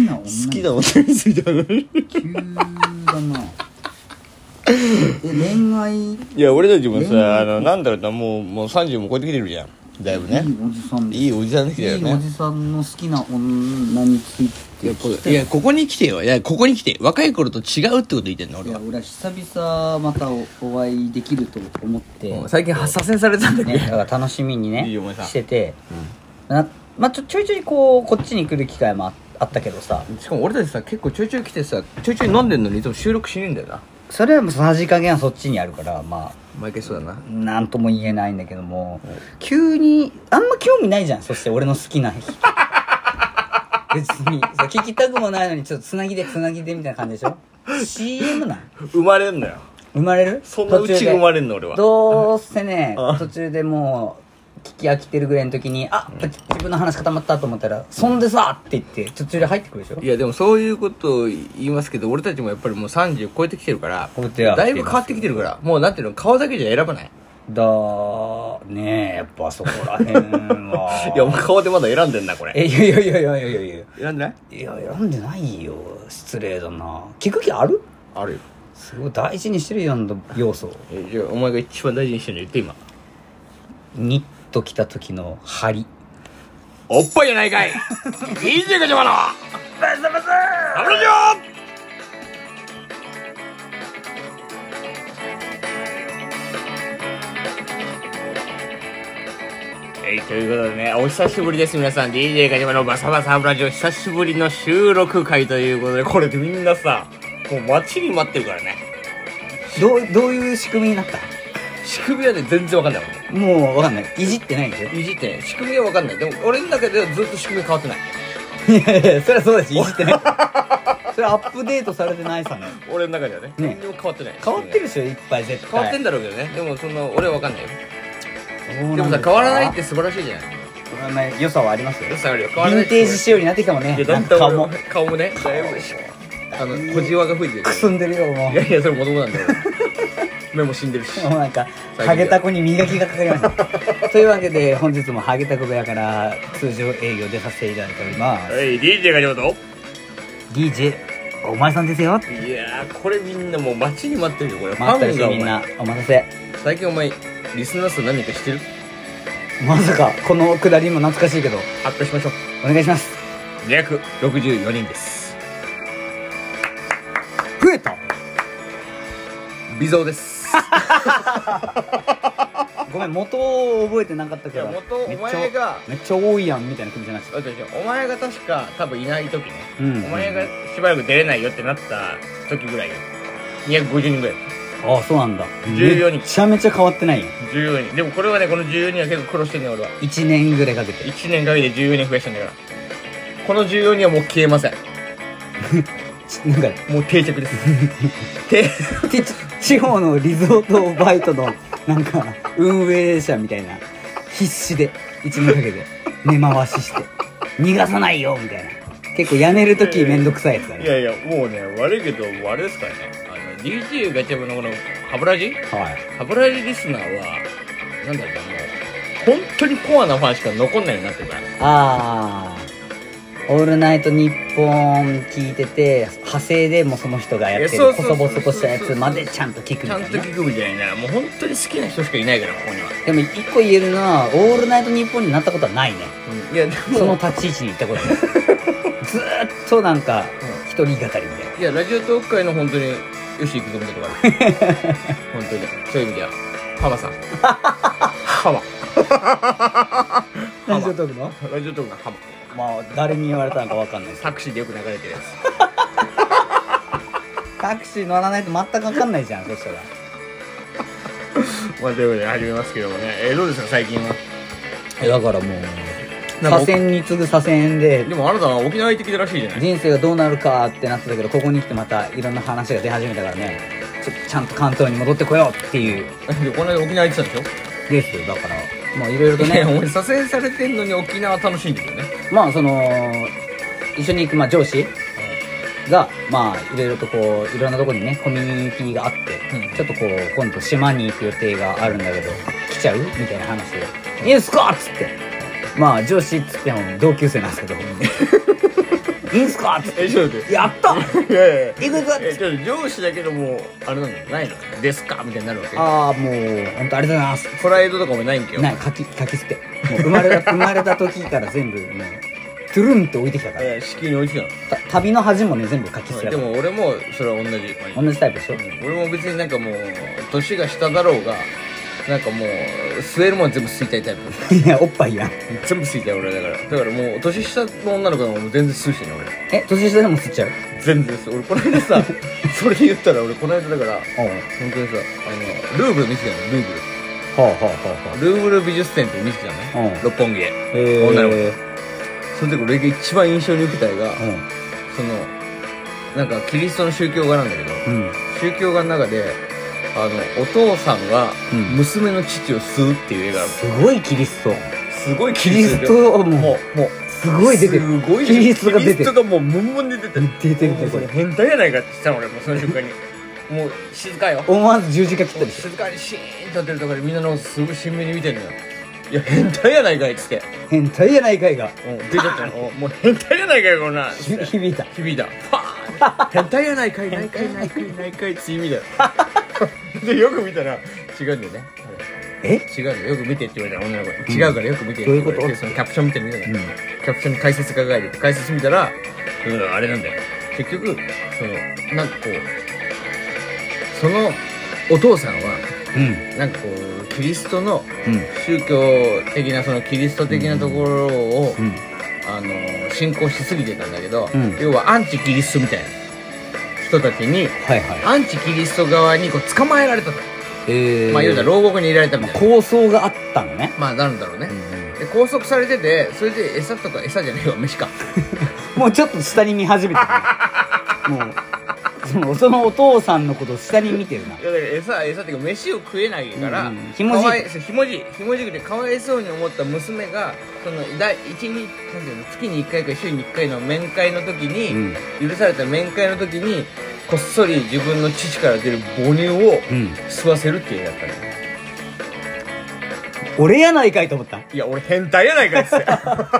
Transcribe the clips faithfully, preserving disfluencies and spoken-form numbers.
な女好きな女については急だなえ恋愛いや俺たちも恋愛さあのなんだろうなもうもうさんじゅうも超えてきてるじゃんだいぶねいいおじさんですいいおじさんできたよねいいおじさんの好きな女についていやこいやここに来てよいやここに来て若い頃と違うってこと言ってんの俺はいや俺は久々また お, お会いできると思って、 うん最近左遷されたんだっけ、 ね、だから楽しみにねいいよお前さんしてて、なまあ、ちょちょいちょいこうこっちに来る機会も あ, あったけどさしかも俺たちさ結構ちょいちょい来てさちょいちょい飲んでんのにいつも収録しねえんだよなそれはもうさじ加減はそっちにあるからまあ毎回そうだななんとも言えないんだけども、急にあんま興味ないじゃん。そして俺の好きな人別にそう聞きたくもないのにちょっとつなぎでつなぎでみたいな感じでしょシーエム なん生まれんのよ生まれるそんなうちが生まれんの俺はどうせねあ途中でもう聞き飽きてるぐらいの時にあ自分の話固まったと思ったらそんでさって言って途中で入ってくるでしょ。 いやでもそういうことを言いますけど俺たちもやっぱりもうさんじゅう超えてきてるから超えてはだいぶ変わってきてるからもうなんていうの顔だけじゃ選ばないだねえやっぱそこらへんはいやもう顔でまだ選んでんなこれえいやいやいやいやいやいや選んでないいや選んでないよ失礼だな。聞く気ある？ あるよすごい大事にしてるやん要素。 えじゃあお前が一番大事にしてるの言って今ニッと来た時の張りおっぱいじゃないかい ディージェー ガチャマのバスバスハブラジオはいということでねお久しぶりです皆さん ディージェー ガチャマのバサバサハブラジオ久しぶりの収録会ということでこれでみんなさもう待ちに待ってるからねどうどういう仕組みになった？ 仕組みはね全然わかんないもんもう分かんないいじってないんでしょ。 いじってね仕組みはわかんないでも俺の中ではずっと仕組み変わってないいやいやそれはそうだしいじってないそれアップデートされてないさね。 俺の中ではねね全然変わってない変わってるでしょいっぱい絶対変わってんだろうけどねでもその俺はわかんないよそうでもさ変わらないって素晴らしいじゃないお前良さはありますよ。 良さあるよ変ヴわらないィンテージ仕様になってきたもんね。 いやだなんんか顔もだん俺も顔もねだいぶあの小じわが吹いてるくすんでるよもういやいやそれ子供なんだよ目も死んでるしもうなんかハゲタコに磨きがかかりましたというわけで本日もハゲタコ部屋から通常営業でさせていただいております。 はい ディージェー がちょうどディージェー お前さんですよ。 いやーこれみんなもう待ちに待ってるよこれフ待ったでしァンがお前ょみんなお待たせ。 最近お前リスナー数何人か知ってるまさかこのくだりも懐かしいけど発表しましょうお願いします。 にひゃくろくじゅうよにんです増えた微増ですごめん元を覚えてなかったからいや元めっちゃお前がめっちゃ多いやんみたいな感じになっちゃっ私お前が確か多分いない時ね、 うんお前がしばらく出れないよってなった時ぐらいよにひゃくごじゅうにんぐらいた。ああそうなんだ。 じゅうよにんめちゃめちゃ変わってないやん。 じゅうよにんでもこれはねこのじゅうよにんは結構苦労してんね俺はいちねんぐらいかけていちねんかけてじゅうよにん増やしたんだからこのじゅうよにんはもう消えませんなんかもう定着です定ち地方のリゾートバイトのなんか運営者みたいな必死でいちねんかけて根回しして逃がさないよみたいな結構やめるときめんどくさいやつだね。 いやいやもうね悪いけどあれですからねあの ディージェー ガチャブのこのハブラジはいハブラジリスナーはなんだろうなもう本当にコアなファンしか残んないようになってるからあーオールナイトニッポン聞いてて派生でもうその人がやっていやるそうそうそう細々としたやつまでちゃんと聞くみちゃんたいな。 と聞くみたいなもう本当に好きな人しかいないからここには、 でも一個言えるのはオールナイトニッポンになったことはないね。 いやでもその立ち位置に行ったことないずーっとなんか一人語りみたいな。 いやラジオトーク界の本当によし行くぞみたいなとこある本当にそういう意味ではハマさんハマラジオトークのラジオトークのハマまあ誰に言われたのかわかんないです。 タクシーでよく流れてるやタクシー乗らないと全くわかんないじゃんそしたら。 つまあということで始めますけどもねえー、どうですか最近はだからもうなんか左遷に次ぐ左遷ででもあなたは沖縄行ってきたらしいじゃない人生がどうなるかってなってたけどここに来てまたいろんな話が出始めたからねちょちゃんと関東に戻ってこようっていうでこの間沖縄行ってたんでしょですよ。だからまあいろいろといやねお前左遷されてんのに沖縄楽しんでるよねまあその一緒に行くまあ上司がまあいろいろとこういろんなところにねコミュニティがあって、うん、ちょっとこう今度島に行く予定があるんだけど来ちゃうみたいな話で「いいですか!」っつってまあ上司っつっても同級生なんですけど「いいいんすか?」っつってえちょっと待ってやったいやいやいや行く行くえちょっと上司だけどもあれなんだないのですかみたいになるわけ。 ああもう本当ありがとうございますプライドとかもないんけよ。 ない書き書き捨てもう生まれた生まれた時から全部もうトゥルンって置いてきたからえ子宮に置いてきた旅の恥もね全部書き捨てたの。 だかでも俺もそれは同じ。 ら同じタイプでしょ俺も別になんかもう年が下だろうがなんかもう吸えるもん全部吸いたいタイプ。 いやおっぱいやん全部吸いたい俺だからだからもう年下の女の子はもう全然吸うしね俺え年下でも吸っちゃう全然吸う。俺この間さそれで言ったら俺この間だからおう本当にさあのルーブル見てたのルーブルほうほうほうほうルーブル美術展って見てたのねうん六本木でへー女の子その時俺が一番印象に受けた絵がうそのなんかキリストの宗教画なんだけどんうん宗教画の中であのお父さんがうん娘の父を吸うっていう絵がある。 すごいキリストすごいキリストはもうもうもうすごい出てるすごいキリストが出てるキリストがもうムンムンで出てる出てるもうそれ変態やないかって言ってたの俺もうその瞬間にもう静かよ思わず十字架切ったりして静かにシーンとやってるところでみんなのすごい神妙に見てるのよ。いや変態やないかいっつって変態やないかいがうん出ちゃったのおもう変態やないかいこんなんひ響いた響いたパーン変態やないかいないかいないかいないかいって意味だよでよく見たら違うんだよねえ違うんだよよく見てって言われたら女の子に、うん、違うからよく見てって言われてどういうことそのキャプション見てみたら、 うんキャプションに解説が書いてて解説見たら、うん、あれなんだよ結局そのなんかこうそのお父さんはうんなんかこうキリストのうん宗教的なそのキリスト的なところを、 うんあの信仰しすぎてたんだけど、 うん要はアンチキリストみたいな人たちにはいはアンチキリスト側にこう捕まえられたと、 いえーまあ言うたら牢獄に入れられたみたいな、 構想があったのねまあなるんだろうね、 うんで拘束されててそれで餌とか餌じゃないわ飯かもうちょっと下に見始めてるもうそのそのお父さんのことを下に見てるないやだから餌餌っていうか飯を食えないから、 うんうんひもじいかわいそうひもじいひもじくてかわいそうに思った娘がその第一日なんていうの月にいっかいか週にいっかいの面会の時に、許された面会の時にこっそり自分の父から出る母乳をうん吸わせるっていうやったの、 俺やないかいと思ったいや俺変態やないかっつって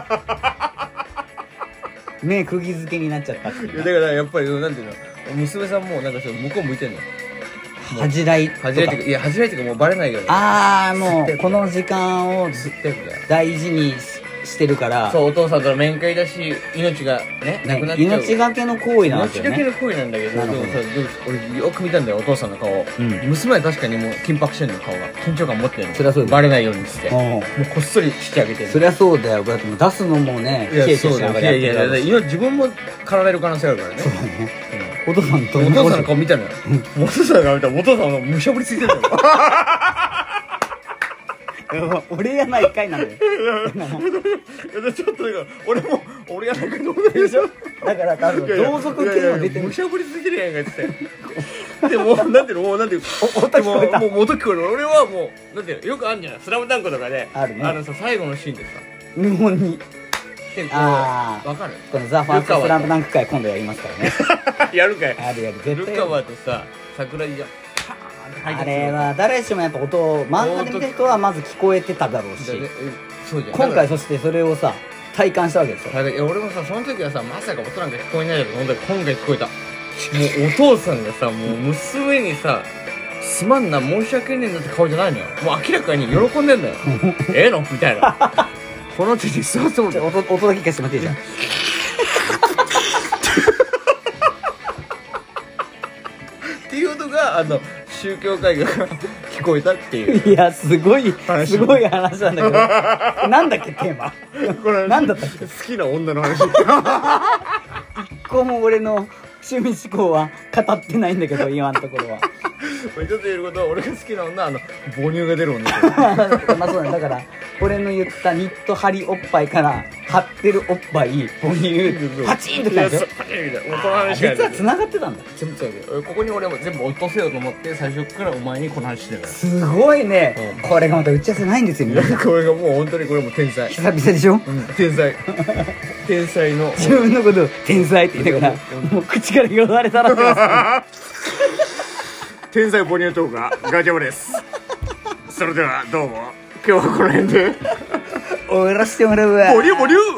目釘付けになっちゃったっていいうやだからやっぱりなんていうの娘さんもなんかその向こう向いてんの恥じらいとか恥じらいっていうかいや恥じらいっていうかもうバレないからああもうこの時間を吸ってんだよ大事にししてるからそうお父さんとの面会だし命がねなくなっちゃう命がけの行為なわけよね命がけの行為なんだけどなるほどでもさでも俺よく見たんだよお父さんの顔、 うん娘は確かにもう緊迫してんの顔が緊張感持ってるのそりゃそうだよバレないようにしてもおううこっそりしてあげてるそりゃそうだよだってもう出すのもねいやケーキそうだよしながらいやいやいやいや自分も狩られる可能性あるからねそうだねお父さんとうんお父さんの顔見たのよお父さんの顔見たらお父さんのむしゃぶりついてるのよ俺やないかいなんだよいやちょっとだから俺も俺やないかと思ったでしょだから多分同族系も出てるむしゃぶりついてるやんかってでもなんていうのもうなんていうお音聞こえたもうもう音聞こえる俺はもうなんていうのよくあるんじゃないスラムダンクとかであるねあのさ最後のシーンでさ日本に結構あーわかるこのザ・ファーストスラムダンク会今度やりますからねやるかいあるやる絶ル対やるカワとさ桜井じゃんあれは誰しもやっぱ音を漫画で見てる人はまず聞こえてただろうしだねえそうじゃん今だから回そしてそれをさ体感したわけですよいや俺もさその時はさまさか音なんか聞こえないけど本当に今回聞こえたもうお父さんがさもう娘にさすまんな申し訳ねえんだって顔じゃないのよもう明らかに喜んでんだよええのみたいなこの手に座ってもちょ音音だけ聞かせてもらっていいじゃんっていうのがあの宗教会が聞こえたっていういやすごい話すごい話なんだけどなんだっけテーマこれなんだったっけ好きな女の話一個も俺の趣味思考は語ってないんだけど今のところはちょっと言えることは俺が好きな女はあの母乳が出る女まあそうだねだから俺の言ったニット張りおっぱいから張ってるおっぱい母乳パチンときたんですよパチンみたいなもうこのあ話が実は繋がってたんだ全部そうだけどここに俺も全部落とせようと思って最初からお前にこの話してたからすごいね、 うんこれがまた打ち合わせないんですよ皆さんこれがもう本当にこれもう天才久々でしょうん天才天才の自分のことを天才って言いながらもう口からよだれたらってます天才母乳トーカーガチャバですそれではどうも今日はこの辺で終わらせてもらうわ母乳母乳